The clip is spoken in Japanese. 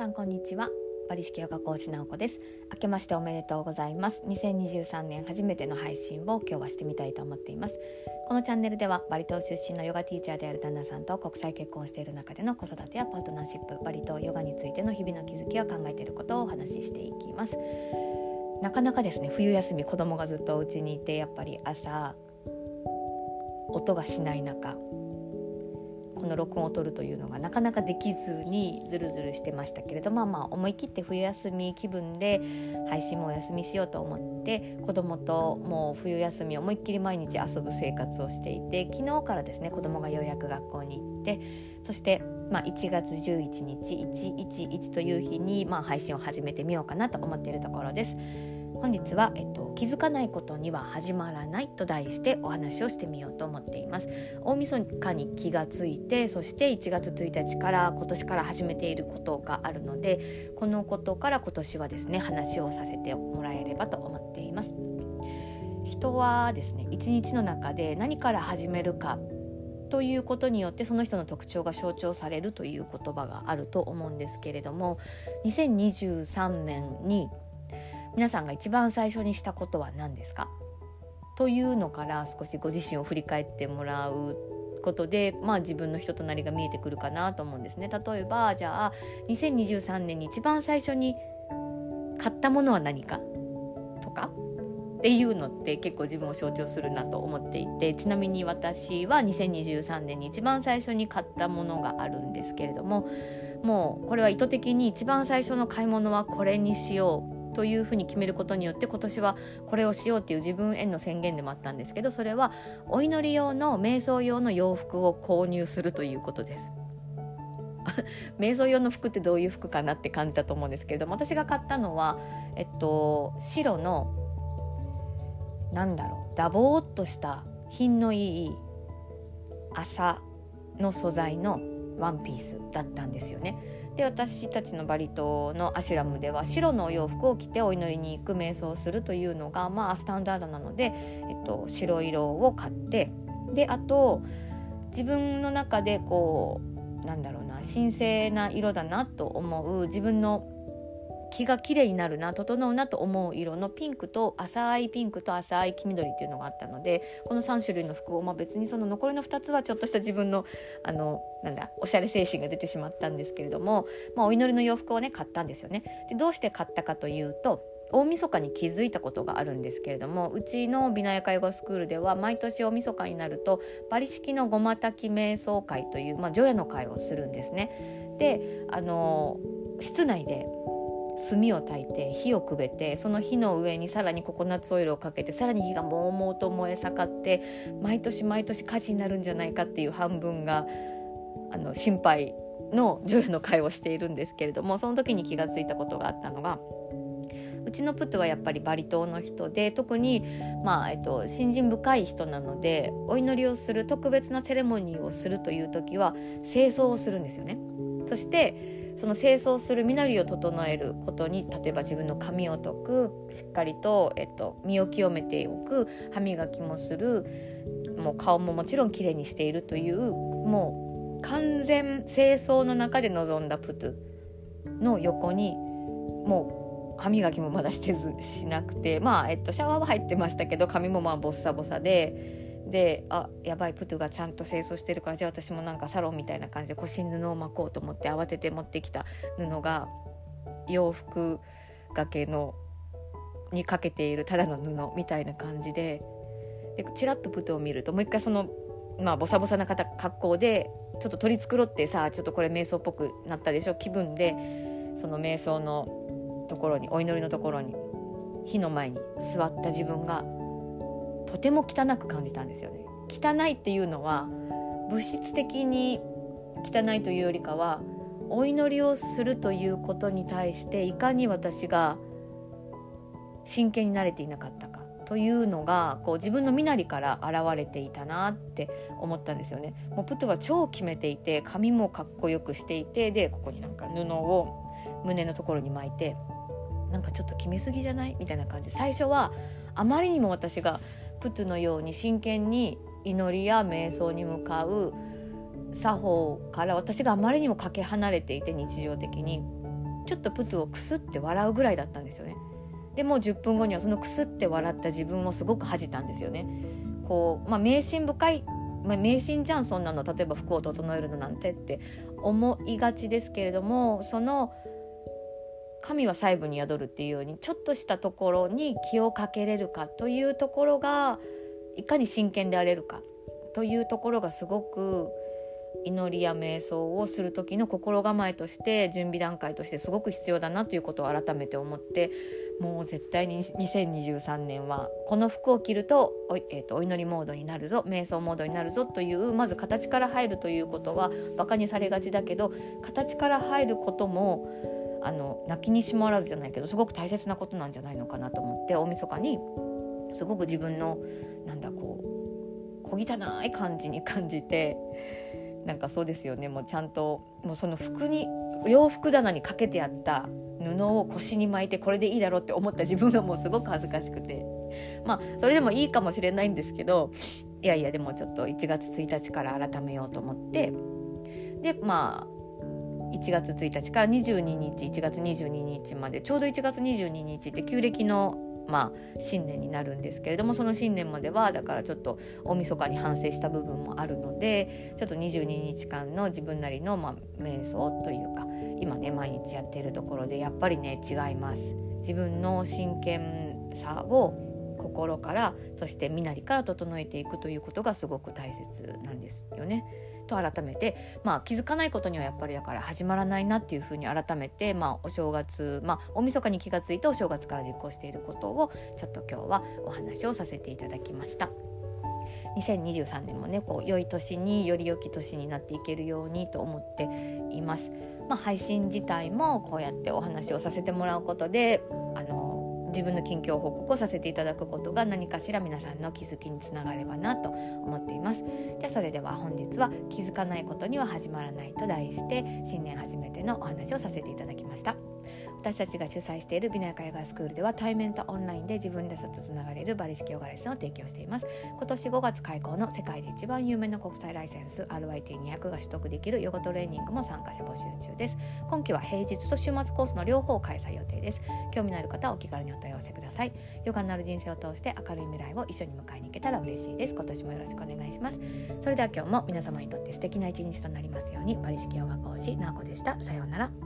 さんこんにちは。バリ式ヨガ講師直子です。明けましておめでとうございます。2023年初めての配信を今日はしてみたいと思っています。このチャンネルではバリ島出身のヨガティーチャーである旦那さんと国際結婚している中での子育てやパートナーシップ、バリ島ヨガについての日々の気づきを考えていることをお話ししていきます。なかなかですね、冬休み子供がずっとお家にいて、やっぱり朝音がしない中この録音を取るというのがなかなかできずにズルズルしてましたけれども、思い切って冬休み気分で配信もお休みしようと思って子供ともう冬休み思いっきり毎日遊ぶ生活をしていて、昨日からですね子供がようやく学校に行って、そして1月11日111という日に配信を始めてみようかなと思っているところです。本日は、気づかないことには始まらないと題してお話をしてみようと思っています。大晦日に気がついて、そして1月1日から今年から始めていることがあるので、このことから今年はですね話をさせてもらえればと思っています。人はですね一日の中で何から始めるかということによってその人の特徴が象徴されるという言葉があると思うんですけれども、2023年に皆さんが一番最初にしたことは何ですかというのから少しご自身を振り返ってもらうことで、自分の人となりが見えてくるかなと思うんですね。例えばじゃあ2023年に一番最初に買ったものは何かとかっていうのって結構自分を象徴するなと思っていて、ちなみに私は2023年に一番最初に買ったものがあるんですけれども、もうこれは意図的に一番最初の買い物はこれにしようというふうに決めることによって今年はこれをしようっていう自分への宣言でもあったんですけど、それはお祈り用の瞑想用の洋服を購入するということです瞑想用の服ってどういう服かなって感じだと思うんですけれども、私が買ったのは、白のダボーっとした品のいい麻の素材のワンピースだったんですよね。で、私たちのバリ島のアシュラムでは白のお洋服を着てお祈りに行く瞑想をするというのがスタンダードなので、白色を買って、であと自分の中で神聖な色だなと思う、自分の気が綺麗になるな、整うなと思う色のピンクと浅いピンクと浅い黄緑っていうのがあったので、この3種類の服を、別にその残りの2つはちょっとした自分のおしゃれ精神が出てしまったんですけれども、お祈りの洋服をね買ったんですよね。で、どうして買ったかというと、大晦日に気づいたことがあるんですけれども、うちのビナヤカヨガスクールでは毎年大晦日になるとバリ式のごまたき瞑想会という、除夜の会をするんですね。で、室内で炭を焚いて火をくべて、その火の上にさらにココナッツオイルをかけて、さらに火がもうもうと燃え盛って、毎年毎年火事になるんじゃないかっていう半分が心配の除夜の会をしているんですけれども、その時に気がついたことがあったのが、うちのプトはやっぱりバリ島の人で、特に、信心深い人なので、お祈りをする特別なセレモニーをするという時は清掃をするんですよね。そしてその清掃する身なりを整えることに、例えば自分の髪を解く、しっかりと、身を清めておく、歯磨きもする、もう顔ももちろんきれいにしているという、もう完全清掃の中で臨んだプトの横に、もう歯磨きもまだしなくて、シャワーは入ってましたけど、髪もボッサボサで、やばい、プトゥがちゃんと清掃してるから、じゃあ私もサロンみたいな感じで腰に布を巻こうと思って慌てて持ってきた布が、洋服掛けにかけているただの布みたいな感じで、チラッとプトゥを見ると、もう一回そのボサボサな格好でちょっと取り繕って、ちょっとこれ瞑想っぽくなったでしょ気分で、その瞑想のところに、お祈りのところに、火の前に座った自分がとても汚く感じたんですよね。汚いっていうのは物質的に汚いというよりかは、お祈りをするということに対していかに私が真剣になれていなかったかというのが、自分の身なりから現れていたなって思ったんですよね。もうプトは超決めていて、髪もかっこよくしていて、でここに布を胸のところに巻いて、ちょっと決めすぎじゃないみたいな感じで、最初はあまりにも私がプトゥのように真剣に祈りや瞑想に向かう作法から私があまりにもかけ離れていて、日常的にちょっとプトゥをクスって笑うぐらいだったんですよね。でも10分後にはそのクスって笑った自分をすごく恥じたんですよね。こう、迷信深い、迷信じゃんそんなの、例えば服を整えるのなんてって思いがちですけれども、その神は細部に宿るっていうようにちょっとしたところに気をかけれるかというところが、いかに真剣であれるかというところがすごく祈りや瞑想をする時の心構えとして、準備段階としてすごく必要だなということを改めて思って、もう絶対に2023年はこの服を着ると お祈りモードになるぞ、瞑想モードになるぞという、まず形から入るということはバカにされがちだけど、形から入ることも泣きにしもあらずじゃないけどすごく大切なことなんじゃないのかなと思って、大晦日にすごく自分の小汚い感じに感じて、そうですよね、もうちゃんともうその洋服棚にかけてあった布を腰に巻いてこれでいいだろうって思った自分がもうすごく恥ずかしくて、それでもいいかもしれないんですけど、いやでもちょっと1月1日から改めようと思って、で1月1日から22日1月22日まで、ちょうど1月22日って旧暦の新年になるんですけれども、その新年まではだからちょっと大晦日に反省した部分もあるので、ちょっと22日間の自分なりの瞑想というか、今ね毎日やっているところでやっぱりね違います。自分の真剣さを心から、そして身なりから整えていくということがすごく大切なんですよねと改めて、気づかないことにはやっぱりだから始まらないなっていうふうに改めて、お正月、大晦日に気がついてお正月から実行していることをちょっと今日はお話をさせていただきました。2023年もね良い年により良き年になっていけるようにと思っています。配信自体もこうやってお話をさせてもらうことで自分の近況報告をさせていただくことが何かしら皆さんの気づきにつながればなと思っています。じゃあそれでは本日は気づかないことには始まらないと題して新年初めてのお話をさせていただきました。私たちが主催している美奈代ヨガスクールでは対面とオンラインで自分らしさとつながれるバリ式ヨガレッスンを提供しています。今年5月開講の世界で一番有名な国際ライセンス RIT200 が取得できるヨガトレーニングも参加者募集中です。今期は平日と週末コースの両方を開催予定です。興味のある方はお気軽にお問い合わせください。ヨガになる人生を通して明るい未来を一緒に迎えに行けたら嬉しいです。今年もよろしくお願いします。それでは今日も皆様にとって素敵な一日となりますように。バリ式ヨガ講師なおこでした。さようなら。